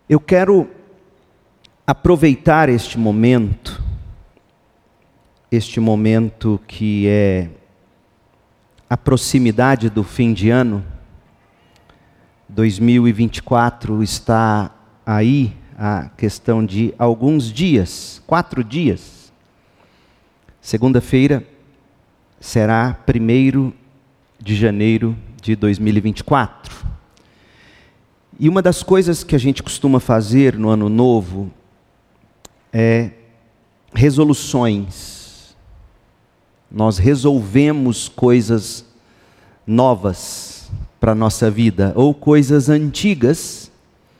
Eu quero aproveitar este momento que é a proximidade do fim de ano. 2024 está aí, a questão de alguns dias, 4 dias. Segunda-feira será 1º de janeiro de 2024. E uma das coisas que a gente costuma fazer no ano novo é resoluções. Nós resolvemos coisas novas para a nossa vida, ou coisas antigas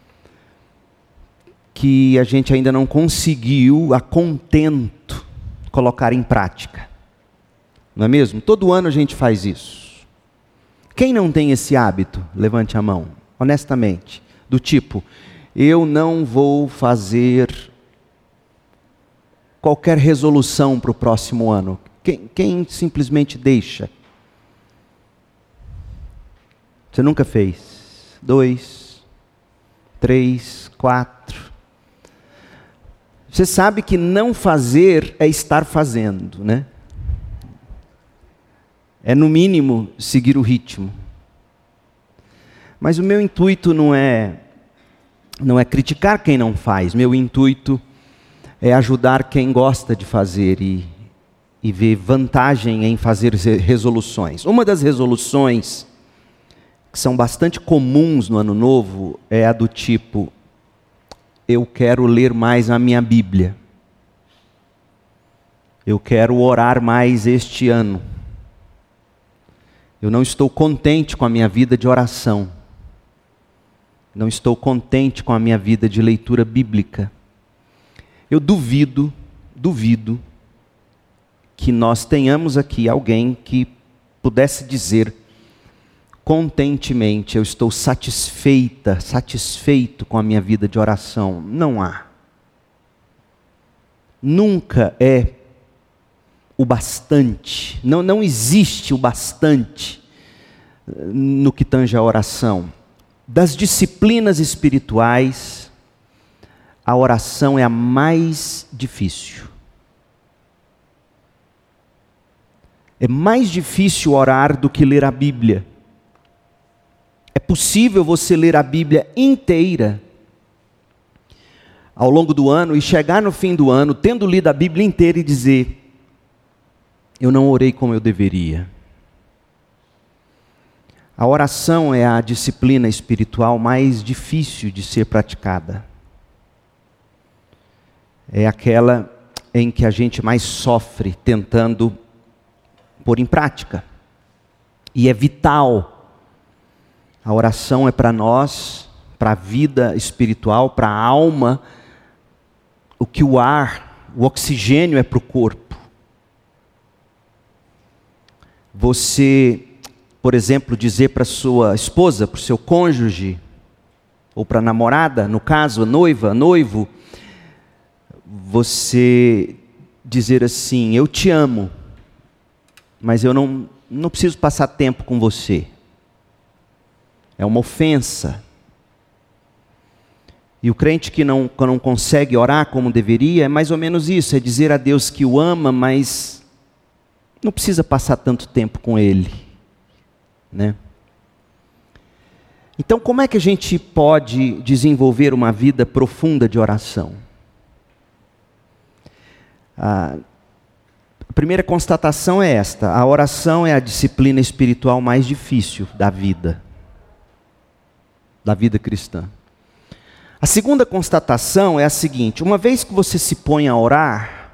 que a gente ainda não conseguiu, a contento, colocar em prática. Não é mesmo? Todo ano a gente faz isso. Quem não tem esse hábito? Levante a mão, honestamente. Do tipo, eu não vou fazer qualquer resolução para o próximo ano. Quem simplesmente deixa? Você nunca fez? 2, 3, 4. Você sabe que não fazer é estar fazendo, né? É no mínimo seguir o ritmo. Mas o meu intuito não é criticar quem não faz. Meu intuito é ajudar quem gosta de fazer e ver vantagem em fazer resoluções. Uma das resoluções que são bastante comuns no ano novo é a do tipo: eu quero ler mais a minha Bíblia. Eu quero orar mais este ano. Eu não estou contente com a minha vida de oração. Não estou contente com a minha vida de leitura bíblica. Eu duvido que nós tenhamos aqui alguém que pudesse dizer contentemente: eu estou satisfeito com a minha vida de oração. Não há. Nunca é o bastante. Não existe o bastante no que tange a oração. Das disciplinas espirituais, a oração é a mais difícil. É mais difícil orar do que ler a Bíblia. É possível você ler a Bíblia inteira ao longo do ano e chegar no fim do ano, tendo lido a Bíblia inteira e dizer: eu não orei como eu deveria. A oração é a disciplina espiritual mais difícil de ser praticada. É aquela em que a gente mais sofre tentando pôr em prática. E é vital. A oração é para nós, para a vida espiritual, para a alma, o que o ar, o oxigênio é para o corpo. Você, por exemplo, dizer para sua esposa, para o seu cônjuge, ou para a namorada, no caso, a noiva, noivo, você dizer assim: eu te amo, mas eu não preciso passar tempo com você. É uma ofensa. E o crente que não consegue orar como deveria, é mais ou menos isso, é dizer a Deus que o ama, mas não precisa passar tanto tempo com Ele, né? Então, como é que a gente pode desenvolver uma vida profunda de oração? A primeira constatação é esta: a oração é a disciplina espiritual mais difícil da vida cristã. A segunda constatação é a seguinte: uma vez que você se põe a orar,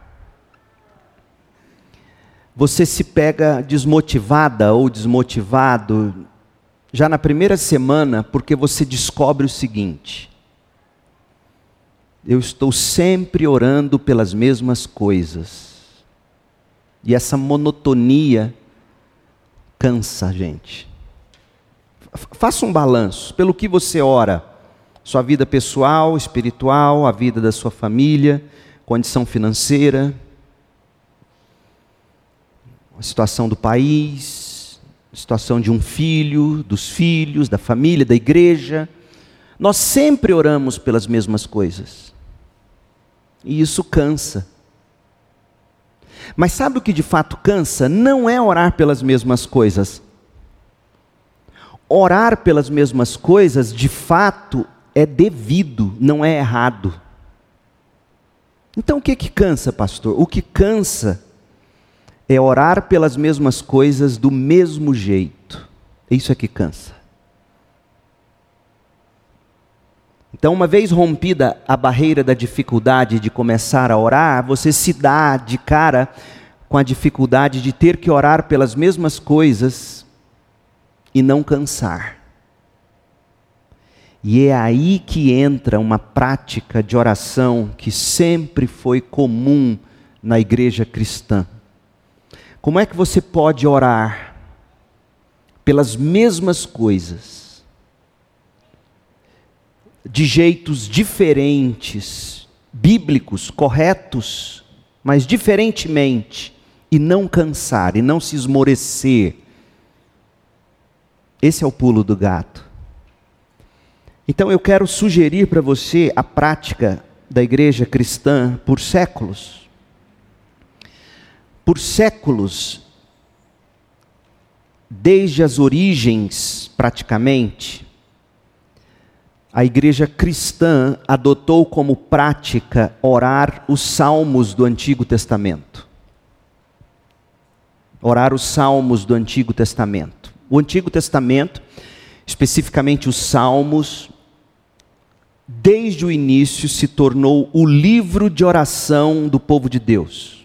você se pega desmotivada ou desmotivado já na primeira semana, porque você descobre o seguinte: eu estou sempre orando pelas mesmas coisas. E essa monotonia cansa a gente. Faça um balanço pelo que você ora. Sua vida pessoal, espiritual, a vida da sua família, condição financeira, a situação do país, a situação de um filho, dos filhos, da família, da igreja, Nós sempre oramos pelas mesmas coisas. E isso cansa. Mas sabe o que de fato cansa? Não é orar pelas mesmas coisas. Orar pelas mesmas coisas, de fato, é devido, não é errado. Então o que cansa, pastor? O que cansa é orar pelas mesmas coisas do mesmo jeito. Isso é que cansa. Então, uma vez rompida a barreira da dificuldade de começar a orar, você se dá de cara com a dificuldade de ter que orar pelas mesmas coisas e não cansar. E é aí que entra uma prática de oração que sempre foi comum na igreja cristã. Como é que você pode orar pelas mesmas coisas, de jeitos diferentes, bíblicos, corretos, mas diferentemente, e não cansar, e não se esmorecer? Esse é o pulo do gato. Então eu quero sugerir para você a prática da igreja cristã por séculos. Por séculos, desde as origens praticamente, a igreja cristã adotou como prática orar os salmos do Antigo Testamento. Orar os salmos do Antigo Testamento. O Antigo Testamento, especificamente os salmos, desde o início se tornou o livro de oração do povo de Deus.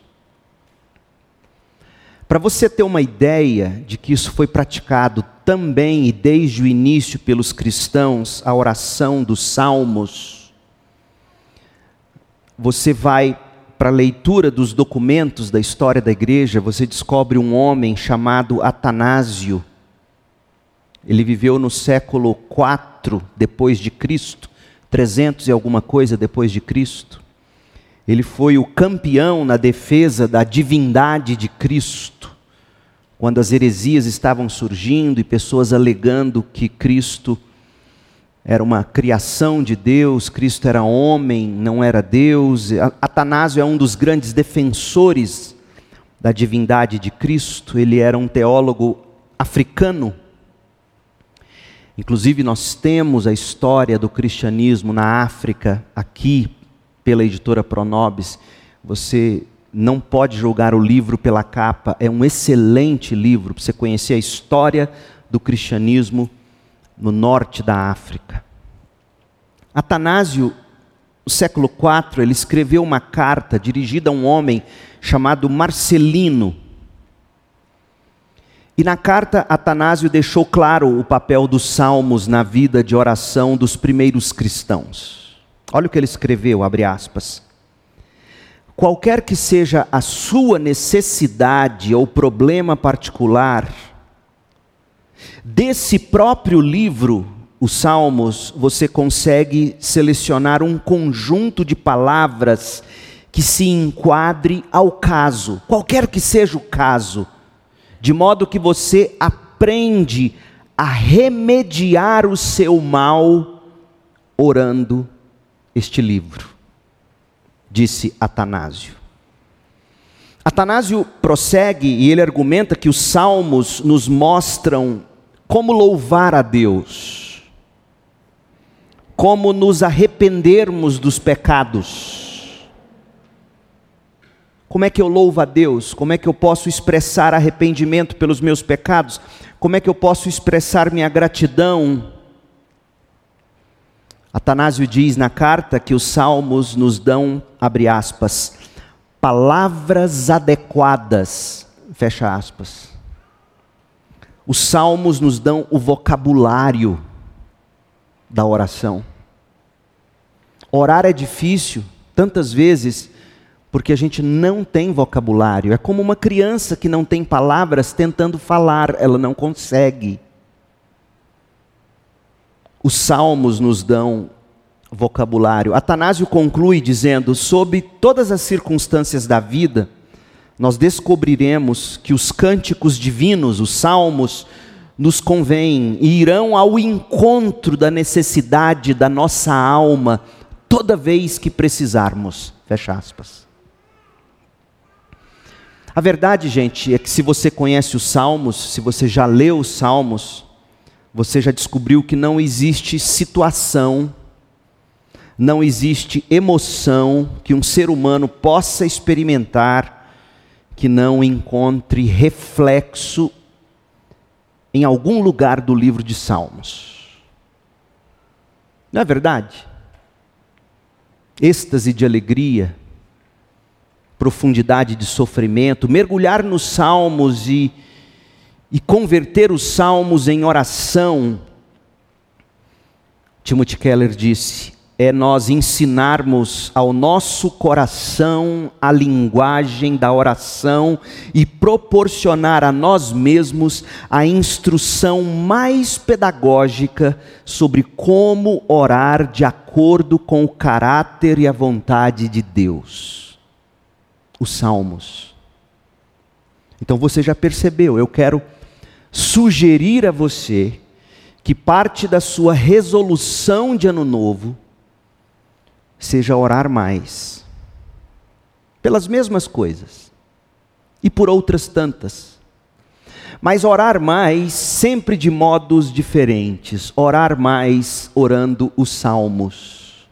Para você ter uma ideia de que isso foi praticado também e desde o início pelos cristãos, a oração dos salmos, você vai para a leitura dos documentos da história da igreja, você descobre um homem chamado Atanásio. Ele viveu no século IV depois de Cristo, 300 e alguma coisa depois de Cristo. Ele foi o campeão na defesa da divindade de Cristo, quando as heresias estavam surgindo e pessoas alegando que Cristo era uma criação de Deus, Cristo era homem, não era Deus. Atanásio é um dos grandes defensores da divindade de Cristo. Ele era um teólogo africano. Inclusive nós temos a história do cristianismo na África, aqui pela editora Pronobis. Você não pode julgar o livro pela capa, é um excelente livro para você conhecer a história do cristianismo no norte da África. Atanásio, no século IV, ele escreveu uma carta dirigida a um homem chamado Marcelino. E na carta, Atanásio deixou claro o papel dos salmos na vida de oração dos primeiros cristãos. Olha o que ele escreveu, abre aspas. Qualquer que seja a sua necessidade ou problema particular, desse próprio livro, os Salmos, você consegue selecionar um conjunto de palavras que se enquadre ao caso, qualquer que seja o caso, de modo que você aprende a remediar o seu mal orando este livro, disse Atanásio. Atanásio prossegue e ele argumenta que os salmos nos mostram como louvar a Deus, como nos arrependermos dos pecados. Como é que eu louvo a Deus? Como é que eu posso expressar arrependimento pelos meus pecados? Como é que eu posso expressar minha gratidão? Atanásio diz na carta que os salmos nos dão, abre aspas, palavras adequadas, fecha aspas. Os salmos nos dão o vocabulário da oração. Orar é difícil, tantas vezes, porque a gente não tem vocabulário. É como uma criança que não tem palavras tentando falar, ela não consegue. Os salmos nos dão vocabulário. Atanásio conclui dizendo, sob todas as circunstâncias da vida, nós descobriremos que os cânticos divinos, os salmos, nos convém e irão ao encontro da necessidade da nossa alma toda vez que precisarmos. Fecha aspas. A verdade, gente, é que se você conhece os Salmos, se você já leu os Salmos, você já descobriu que não existe situação, não existe emoção que um ser humano possa experimentar que não encontre reflexo em algum lugar do livro de Salmos. Não é verdade? Êxtase de alegria, profundidade de sofrimento, mergulhar nos Salmos e converter os Salmos em oração. Timothy Keller disse: é nós ensinarmos ao nosso coração a linguagem da oração e proporcionar a nós mesmos a instrução mais pedagógica sobre como orar de acordo com o caráter e a vontade de Deus. Os Salmos. Então você já percebeu, eu quero sugerir a você que parte da sua resolução de ano novo seja orar mais, pelas mesmas coisas, e por outras tantas, mas orar mais sempre de modos diferentes, orar mais orando os Salmos.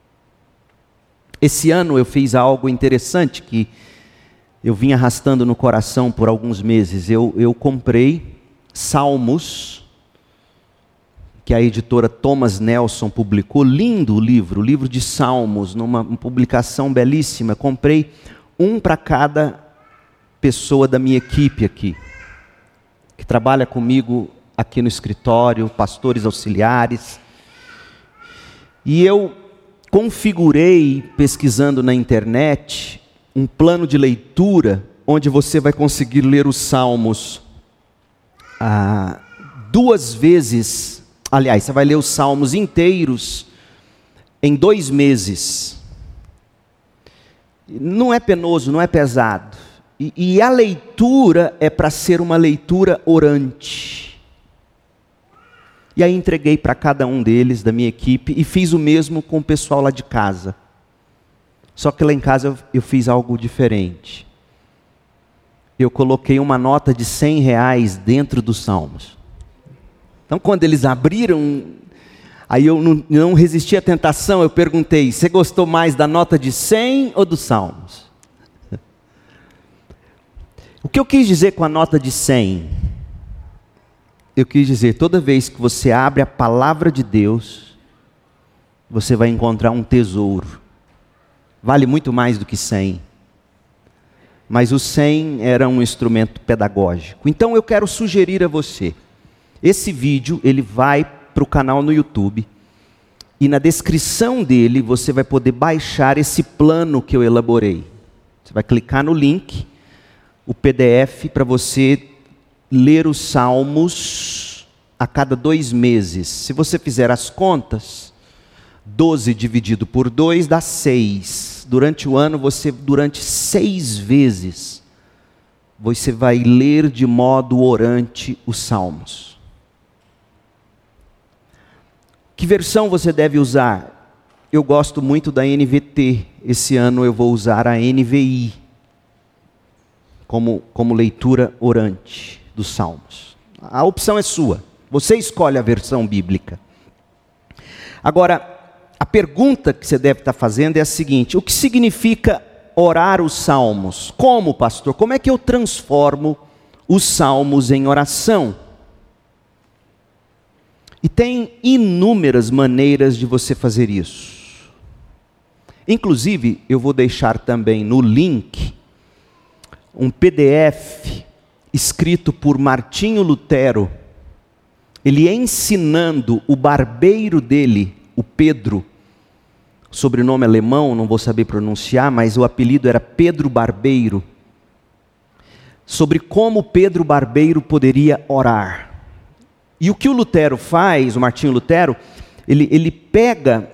Esse ano eu fiz algo interessante que eu vim arrastando no coração por alguns meses. Eu comprei Salmos, que a editora Thomas Nelson publicou, lindo o livro de Salmos, numa publicação belíssima. Comprei um para cada pessoa da minha equipe aqui, que trabalha comigo aqui no escritório, pastores auxiliares. E eu configurei, pesquisando na internet, um plano de leitura, onde você vai conseguir ler os Salmos 2 vezes. Aliás, você vai ler os Salmos inteiros em 2 meses. Não é penoso, não é pesado. E a leitura é para ser uma leitura orante. E aí entreguei para cada um deles, da minha equipe, e fiz o mesmo com o pessoal lá de casa. Só que lá em casa eu fiz algo diferente. Eu coloquei uma nota de R$100 dentro dos Salmos. Então, quando eles abriram, aí eu não resisti à tentação, eu perguntei: você gostou mais da nota de 100 ou dos Salmos? O que eu quis dizer com a nota de 100? Eu quis dizer, toda vez que você abre a palavra de Deus, você vai encontrar um tesouro. Vale muito mais do que 100. Mas o 100 era um instrumento pedagógico. Então eu quero sugerir a você, esse vídeo ele vai para o canal no YouTube, e na descrição dele você vai poder baixar esse plano que eu elaborei. Você vai clicar no link, o PDF, para você ler os Salmos a cada 2 meses. Se você fizer as contas, 12 dividido por 2 dá 6. Durante o ano, durante 6 vezes, você vai ler de modo orante os Salmos. Que versão você deve usar? Eu gosto muito da NVT. Esse ano eu vou usar a NVI como leitura orante dos Salmos. A opção é sua. Você escolhe a versão bíblica. Agora, a pergunta que você deve estar fazendo é a seguinte: o que significa orar os Salmos? Como, pastor? Como é que eu transformo os Salmos em oração? E tem inúmeras maneiras de você fazer isso. Inclusive, eu vou deixar também no link um PDF escrito por Martinho Lutero, ele ensinando o barbeiro dele, o Pedro, sobrenome alemão, não vou saber pronunciar, mas o apelido era Pedro Barbeiro, sobre como Pedro Barbeiro poderia orar. E o que o Lutero faz, o Martinho Lutero, ele pega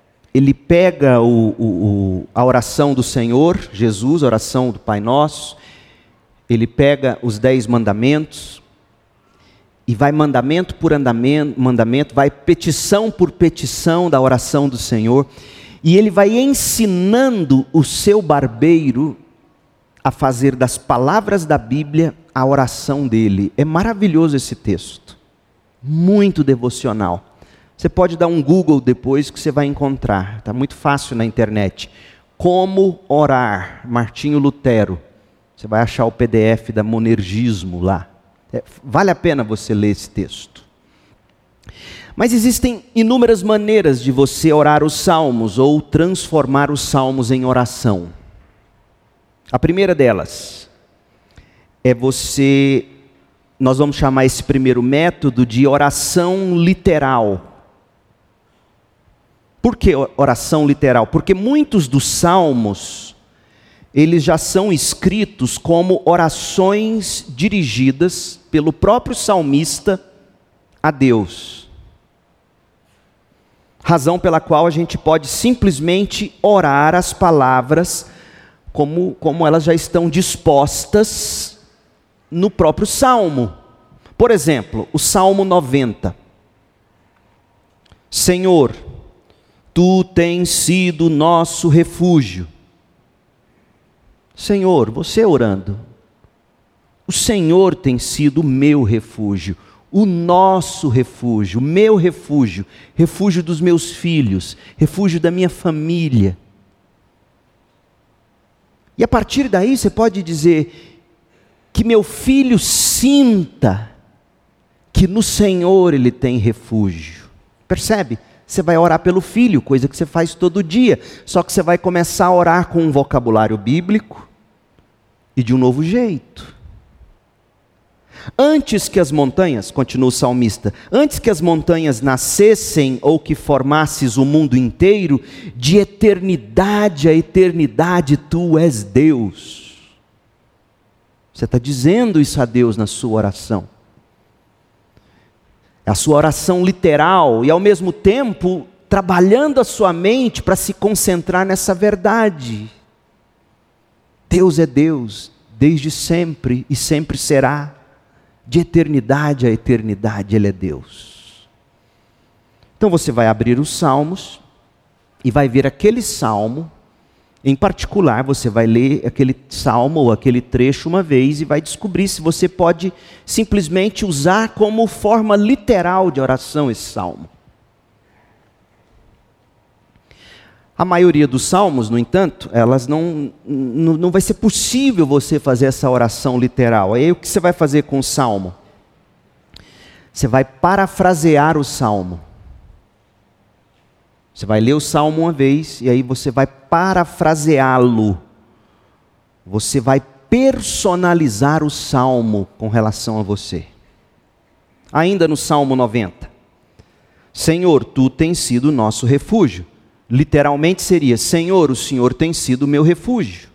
a oração do Senhor Jesus, a oração do Pai Nosso, ele pega os 10 mandamentos, E vai mandamento por mandamento, vai petição por petição da oração do Senhor. E ele vai ensinando o seu barbeiro a fazer das palavras da Bíblia a oração dele. É maravilhoso esse texto. Muito devocional. Você pode dar um Google depois que você vai encontrar. Está muito fácil na internet. Como orar, Martinho Lutero. Você vai achar o PDF da Monergismo lá. Vale a pena você ler esse texto. Mas existem inúmeras maneiras de você orar os salmos ou transformar os salmos em oração. A primeira delas é nós vamos chamar esse primeiro método de oração literal. Por que oração literal? Porque muitos dos salmos, eles já são escritos como orações dirigidas pelo próprio salmista a Deus. Razão pela qual a gente pode simplesmente orar as palavras como elas já estão dispostas no próprio salmo. Por exemplo, o Salmo 90. Senhor, Tu tens sido nosso refúgio. Senhor, você orando, o Senhor tem sido o meu refúgio, o nosso refúgio, o meu refúgio, refúgio dos meus filhos, refúgio da minha família. E a partir daí você pode dizer que meu filho sinta que no Senhor ele tem refúgio. Percebe? Você vai orar pelo filho, coisa que você faz todo dia, só que você vai começar a orar com um vocabulário bíblico e de um novo jeito. Antes que as montanhas, continua o salmista, antes que as montanhas nascessem ou que formasses o mundo inteiro, de eternidade a eternidade tu és Deus. Você está dizendo isso a Deus na sua oração. A sua oração literal e ao mesmo tempo trabalhando a sua mente para se concentrar nessa verdade. Deus é Deus, desde sempre e sempre será. De eternidade a eternidade Ele é Deus. Então você vai abrir os salmos e vai ver aquele salmo, em particular você vai ler aquele salmo ou aquele trecho uma vez e vai descobrir se você pode simplesmente usar como forma literal de oração esse salmo. A maioria dos salmos, no entanto, elas não vai ser possível você fazer essa oração literal. Aí o que você vai fazer com o salmo? Você vai parafrasear o salmo. Você vai ler o salmo uma vez e aí você vai parafraseá-lo. Você vai personalizar o salmo com relação a você. Ainda no Salmo 90. Senhor, Tu tens sido o nosso refúgio. Literalmente seria, Senhor, o Senhor tem sido o meu refúgio.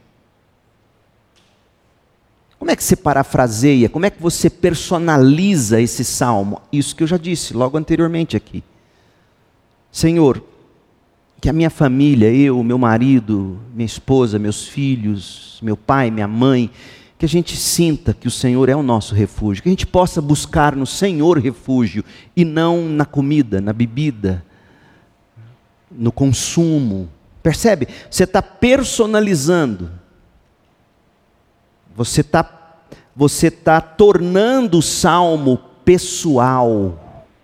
Como é que você parafraseia? Como é que você personaliza esse salmo? Isso que eu já disse logo anteriormente aqui. Senhor, que a minha família, eu, meu marido, minha esposa, meus filhos, meu pai, minha mãe, que a gente sinta que o Senhor é o nosso refúgio, que a gente possa buscar no Senhor refúgio e não na comida, na bebida, no consumo. Percebe? Você está personalizando. Você está tornando o salmo pessoal.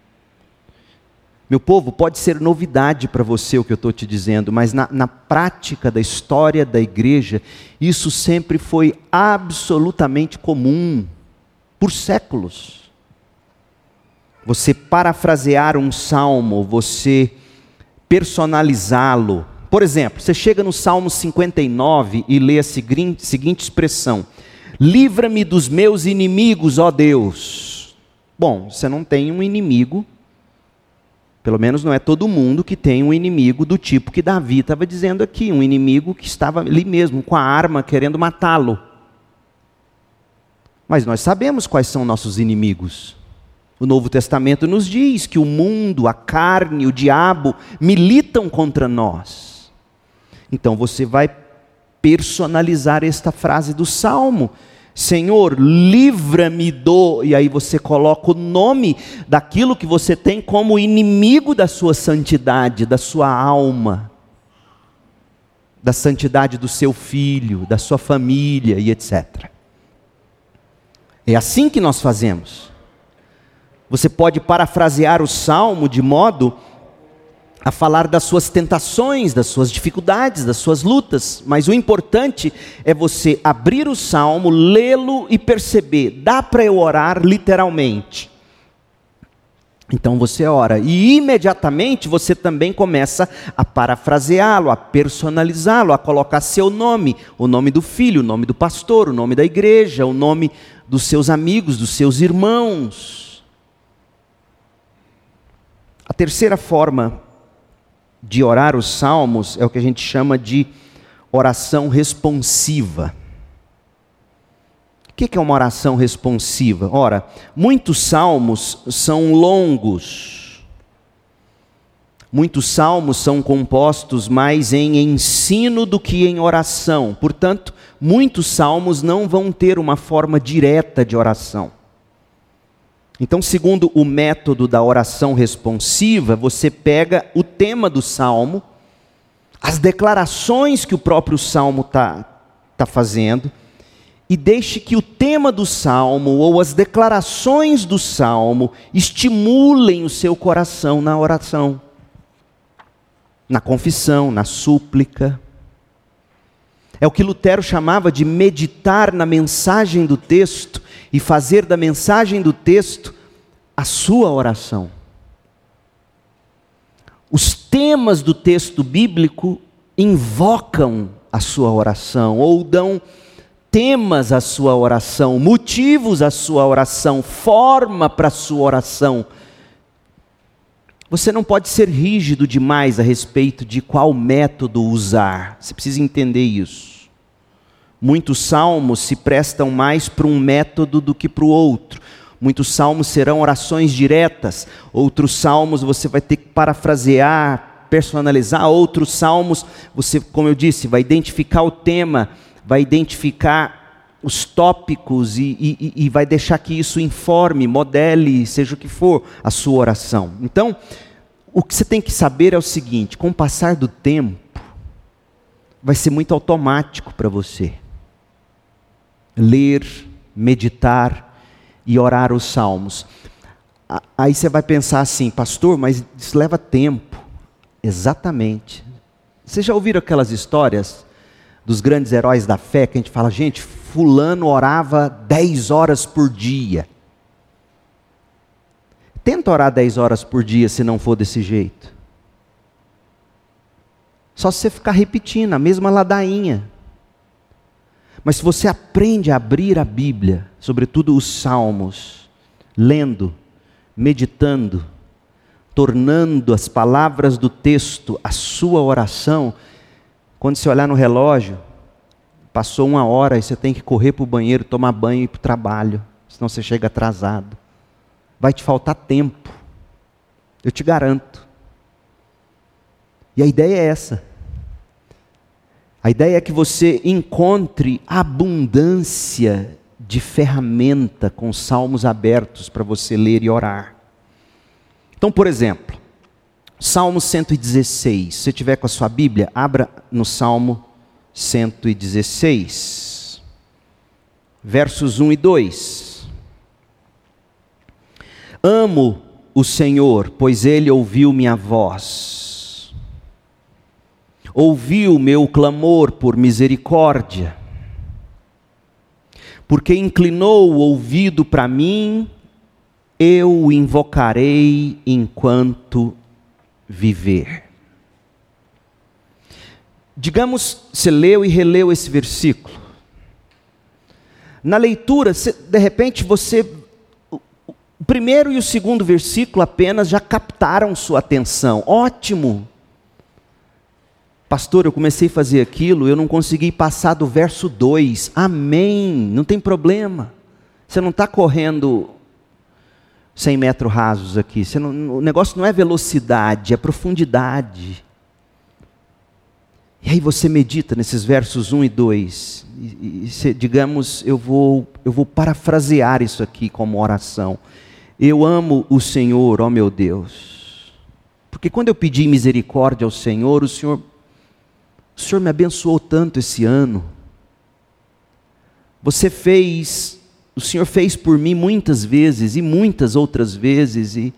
Meu povo, pode ser novidade para você o que eu estou te dizendo, mas na prática da história da igreja, isso sempre foi absolutamente comum, por séculos. Você parafrasear um salmo, você personalizá-lo. Por exemplo, você chega no Salmo 59 e lê a seguinte expressão: livra-me dos meus inimigos, ó Deus. Bom, você não tem um inimigo, pelo menos não é todo mundo que tem um inimigo do tipo que Davi estava dizendo aqui, um inimigo que estava ali mesmo, com a arma, querendo matá-lo. Mas nós sabemos quais são nossos inimigos. O Novo Testamento nos diz que o mundo, a carne, o diabo militam contra nós. Então você vai personalizar esta frase do Salmo. Senhor, livra-me do... E aí você coloca o nome daquilo que você tem como inimigo da sua santidade, da sua alma, da santidade do seu filho, da sua família e etc. É assim que nós fazemos. Você pode parafrasear o Salmo de modo a falar das suas tentações, das suas dificuldades, das suas lutas, mas o importante é você abrir o Salmo, lê-lo e perceber, dá para eu orar literalmente? Então você ora, e imediatamente você também começa a parafraseá-lo, a personalizá-lo, a colocar seu nome, o nome do filho, o nome do pastor, o nome da igreja, o nome dos seus amigos, dos seus irmãos. A terceira forma de orar os salmos é o que a gente chama de oração responsiva. O que é uma oração responsiva? Ora, muitos salmos são longos. Muitos salmos são compostos mais em ensino do que em oração. Portanto, muitos salmos não vão ter uma forma direta de oração. Então, segundo o método da oração responsiva, você pega o tema do salmo, as declarações que o próprio salmo está fazendo, e deixe que o tema do salmo ou as declarações do salmo estimulem o seu coração na oração, na confissão, na súplica. É o que Lutero chamava de meditar na mensagem do texto e fazer da mensagem do texto a sua oração. Os temas do texto bíblico invocam a sua oração, ou dão temas à sua oração, motivos à sua oração, forma para a sua oração. Você não pode ser rígido demais a respeito de qual método usar. Você precisa entender isso. Muitos salmos se prestam mais para um método do que para o outro. Muitos salmos serão orações diretas. Outros salmos você vai ter que parafrasear, personalizar. Outros salmos você, como eu disse, vai identificar o tema, vai identificar os tópicos e vai deixar que isso informe, modele, seja o que for, a sua oração. Então, o que você tem que saber é o seguinte: com o passar do tempo, vai ser muito automático para você ler, meditar e orar os salmos. Aí você vai pensar assim: pastor, mas isso leva tempo. Exatamente. Vocês já ouviram aquelas histórias dos grandes heróis da fé, que a gente fala, gente, fulano orava 10 horas por dia. Tenta orar 10 horas por dia se não for desse jeito. Só se você ficar repetindo a mesma ladainha. Mas se você aprende a abrir a Bíblia, sobretudo os salmos, lendo, meditando, tornando as palavras do texto a sua oração, quando você olhar no relógio, passou 1 hora e você tem que correr para o banheiro, tomar banho e ir para o trabalho, senão você chega atrasado. Vai te faltar tempo, eu te garanto. E a ideia é essa. A ideia é que você encontre abundância de ferramenta com salmos abertos para você ler e orar. Então, por exemplo, Salmo 116. Se você tiver com a sua Bíblia, abra no Salmo 116, versos 1 e 2. Amo o Senhor, pois Ele ouviu minha voz. Ouviu meu clamor por misericórdia. Porque inclinou o ouvido para mim, eu o invocarei enquanto viver. Digamos, você leu e releu esse versículo. Na leitura, de repente você... O primeiro e o segundo versículo apenas já captaram sua atenção. Ótimo! Pastor, eu comecei a fazer aquilo, eu não consegui passar do verso 2. Amém, não tem problema. Você não está correndo 100 metros rasos aqui. O negócio não é velocidade, é profundidade. E aí você medita nesses versos 1 e 2. Digamos, eu vou parafrasear isso aqui como oração. Eu amo o Senhor, ó meu Deus. Porque quando eu pedi misericórdia ao Senhor, o Senhor me abençoou tanto esse ano. O Senhor fez por mim muitas vezes e muitas outras vezes, e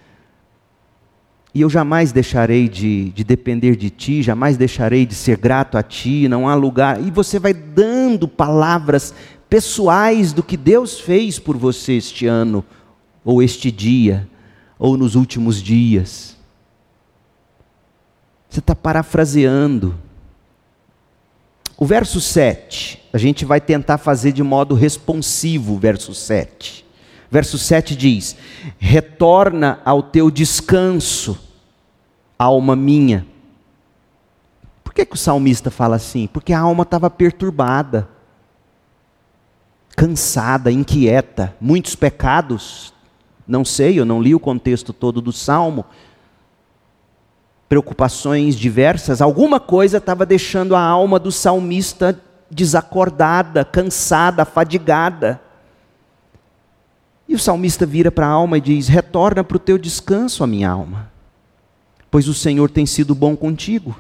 eu jamais deixarei de depender de Ti, jamais deixarei de ser grato a Ti, não há lugar. E você vai dando palavras pessoais do que Deus fez por você este ano, ou este dia, ou nos últimos dias. Você está parafraseando. O verso 7, a gente vai tentar fazer de modo responsivo o verso 7. Verso 7 diz: retorna ao teu descanso, alma minha. Por que o salmista fala assim? Porque a alma estava perturbada, cansada, inquieta, muitos pecados. Não sei, eu não li o contexto todo do salmo. Preocupações diversas, alguma coisa estava deixando a alma do salmista desacordada, cansada, afadigada. E o salmista vira para a alma e diz: retorna para o teu descanso, a minha alma, pois o Senhor tem sido bom contigo.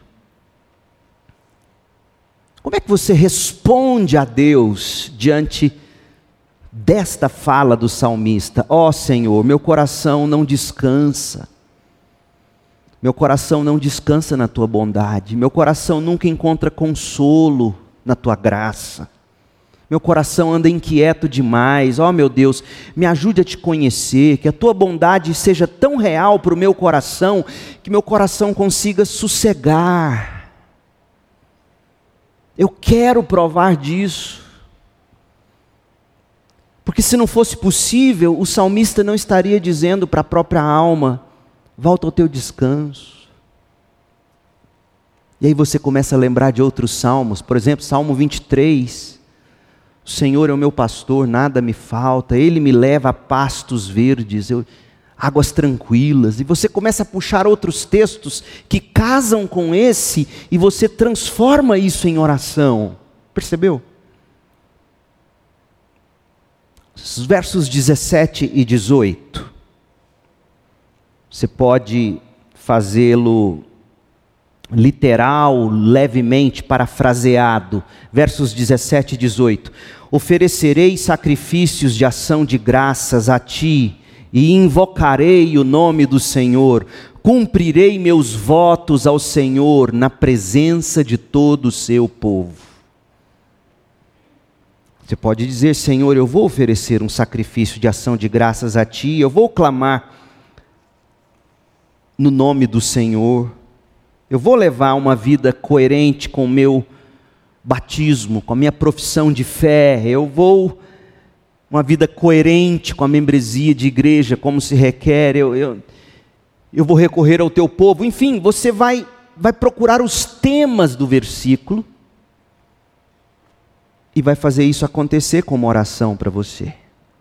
Como é que você responde a Deus diante desta fala do salmista? Ó Senhor, meu coração não descansa. Meu coração não descansa na tua bondade. Meu coração nunca encontra consolo na tua graça. Meu coração anda inquieto demais. Ó meu Deus, me ajude a te conhecer, que a tua bondade seja tão real para o meu coração, que meu coração consiga sossegar. Eu quero provar disso. Porque se não fosse possível, o salmista não estaria dizendo para a própria alma: volta ao teu descanso. E aí você começa a lembrar de outros salmos. Por exemplo, Salmo 23. O Senhor é o meu pastor, nada me falta. Ele me leva a pastos verdes, águas tranquilas. E você começa a puxar outros textos que casam com esse, e você transforma isso em oração. Percebeu? Os versos 17 e 18. Você pode fazê-lo literal, levemente parafraseado. Versos 17 e 18. Oferecerei sacrifícios de ação de graças a ti, e invocarei o nome do Senhor. Cumprirei meus votos ao Senhor na presença de todo o seu povo. Você pode dizer: Senhor, eu vou oferecer um sacrifício de ação de graças a ti, eu vou clamar no nome do Senhor, eu vou levar uma vida coerente com o meu batismo, com a minha profissão de fé, uma vida coerente com a membresia de igreja, como se requer, eu vou recorrer ao teu povo. Enfim, você vai procurar os temas do versículo e vai fazer isso acontecer como oração para você.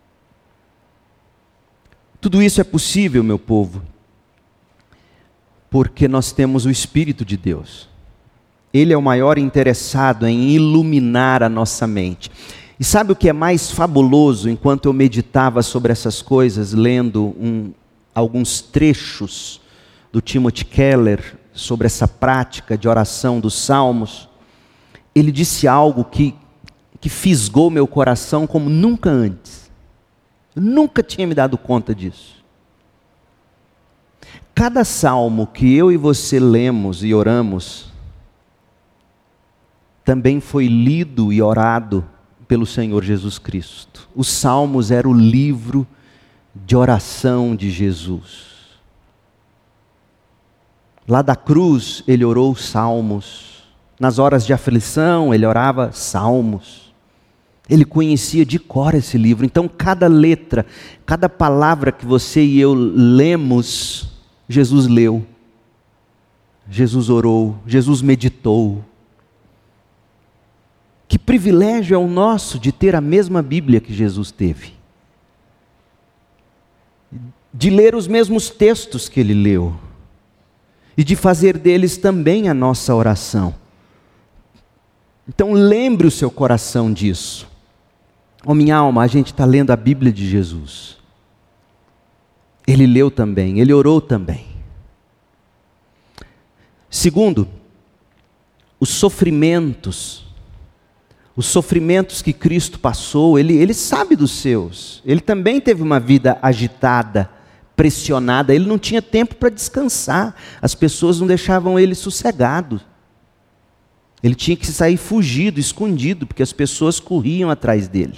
Tudo isso é possível, meu povo, porque nós temos o Espírito de Deus. Ele é o maior interessado em iluminar a nossa mente. E sabe o que é mais fabuloso? Enquanto eu meditava sobre essas coisas, lendo alguns trechos do Timothy Keller sobre essa prática de oração dos Salmos, ele disse algo que fisgou meu coração como nunca antes. Eu nunca tinha me dado conta disso. Cada salmo que eu e você lemos e oramos, também foi lido e orado pelo Senhor Jesus Cristo. Os salmos eram o livro de oração de Jesus. Lá da cruz, ele orou salmos. Nas horas de aflição, ele orava salmos. Ele conhecia de cor esse livro. Então, cada letra, cada palavra que você e eu lemos, Jesus leu, Jesus orou, Jesus meditou. Que privilégio é o nosso de ter a mesma Bíblia que Jesus teve, de ler os mesmos textos que ele leu, e de fazer deles também a nossa oração. Então lembre o seu coração disso. Oh, minha alma, a gente está lendo a Bíblia de Jesus. Ele leu também, ele orou também. Segundo, os sofrimentos que Cristo passou, ele sabe dos seus. Ele também teve uma vida agitada, pressionada, ele não tinha tempo para descansar. As pessoas não deixavam ele sossegado. Ele tinha que sair fugido, escondido, porque as pessoas corriam atrás dele.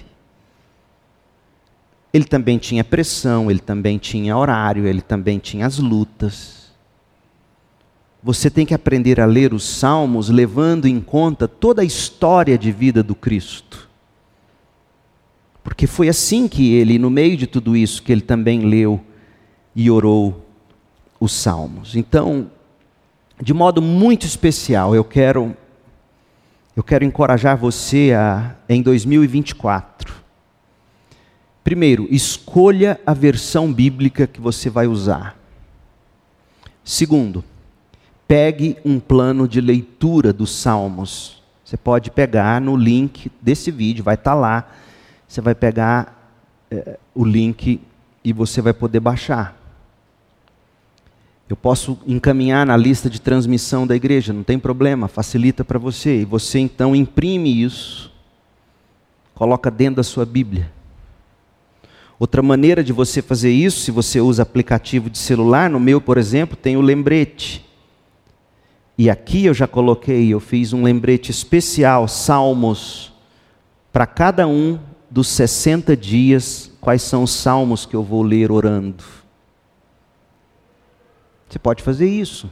Ele também tinha pressão, ele também tinha horário, ele também tinha as lutas. Você tem que aprender a ler os Salmos levando em conta toda a história de vida do Cristo. Porque foi assim que ele, no meio de tudo isso, que ele também leu e orou os Salmos. Então, de modo muito especial, eu quero encorajar você em 2024. Primeiro, escolha a versão bíblica que você vai usar. Segundo, pegue um plano de leitura dos Salmos. Você pode pegar no link desse vídeo, vai estar lá. Você vai pegar o link e você vai poder baixar. Eu posso encaminhar na lista de transmissão da igreja, não tem problema, facilita para você. E você então imprime isso, coloca dentro da sua Bíblia. Outra maneira de você fazer isso, se você usa aplicativo de celular, no meu, por exemplo, tem o lembrete. E aqui eu já coloquei, eu fiz um lembrete especial, Salmos, para cada um dos 60 dias, quais são os salmos que eu vou ler orando. Você pode fazer isso.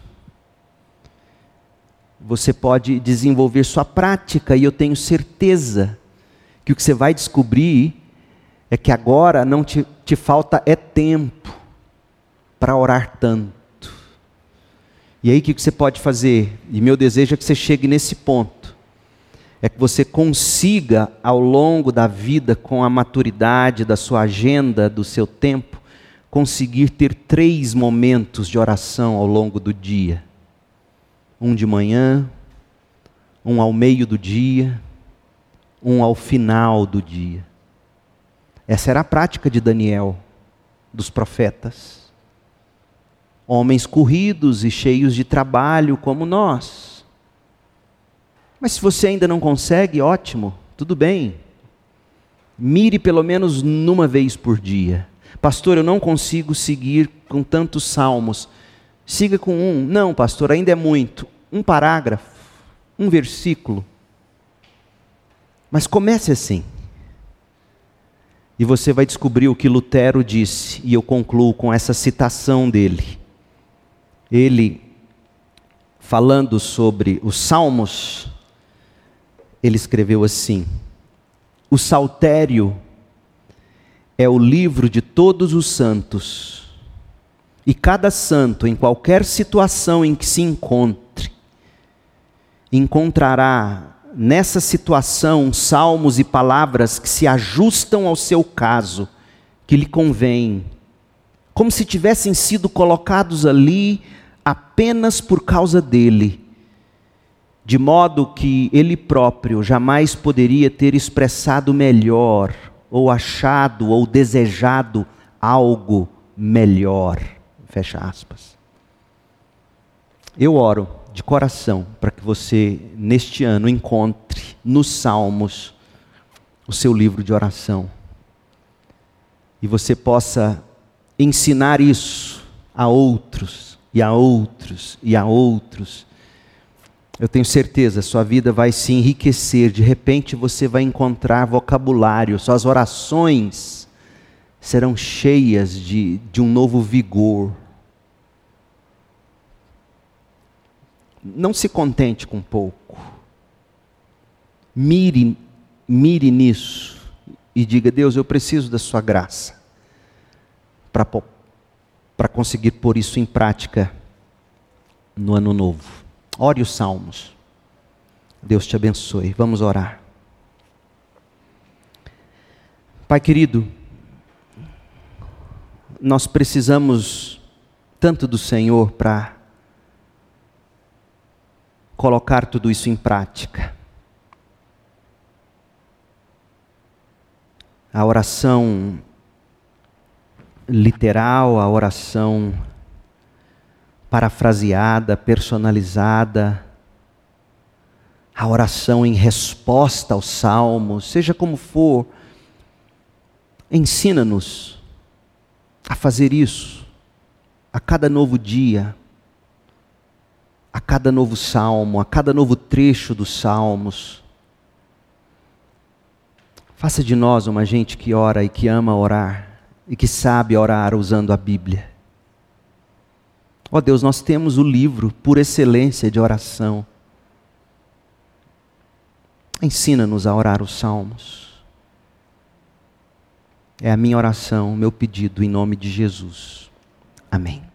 Você pode desenvolver sua prática, e eu tenho certeza que o que você vai descobrir é que agora não te falta tempo para orar tanto. E aí o que você pode fazer? E meu desejo é que você chegue nesse ponto. É que você consiga, ao longo da vida, com a maturidade da sua agenda, do seu tempo, conseguir ter 3 momentos de oração ao longo do dia. Um de manhã, um ao meio do dia, um ao final do dia. Essa era a prática de Daniel, dos profetas. Homens corridos e cheios de trabalho como nós. Mas se você ainda não consegue, ótimo, tudo bem. Mire pelo menos numa vez por dia. Pastor, eu não consigo seguir com tantos salmos. Siga com um. Não, pastor, ainda é muito. Um parágrafo, um versículo. Mas comece assim. E você vai descobrir o que Lutero disse, e eu concluo com essa citação dele. Ele, falando sobre os Salmos, ele escreveu assim: o Saltério é o livro de todos os santos, e cada santo, em qualquer situação em que se encontre, encontrará nessa situação salmos e palavras que se ajustam ao seu caso, que lhe convém, como se tivessem sido colocados ali apenas por causa dele, de modo que ele próprio jamais poderia ter expressado melhor, ou achado, ou desejado algo melhor. Fecha aspas. Eu oro de coração para que você, neste ano, encontre nos Salmos o seu livro de oração. E você possa ensinar isso a outros, e a outros, e a outros. Eu tenho certeza, sua vida vai se enriquecer. De repente você vai encontrar vocabulário, suas orações serão cheias de um novo vigor. Não se contente com pouco. Mire nisso e diga: Deus, eu preciso da sua graça para conseguir pôr isso em prática no ano novo. Ore os Salmos. Deus te abençoe. Vamos orar. Pai querido, nós precisamos tanto do Senhor para colocar tudo isso em prática. a oração literal, a oração parafraseada, personalizada, a oração em resposta aos salmos, seja como for, ensina-nos a fazer isso a cada novo dia, a cada novo salmo, a cada novo trecho dos salmos. Faça de nós uma gente que ora e que ama orar e que sabe orar usando a Bíblia. Ó Deus, nós temos o livro por excelência de oração. Ensina-nos a orar os salmos. É a minha oração, o meu pedido em nome de Jesus. Amém.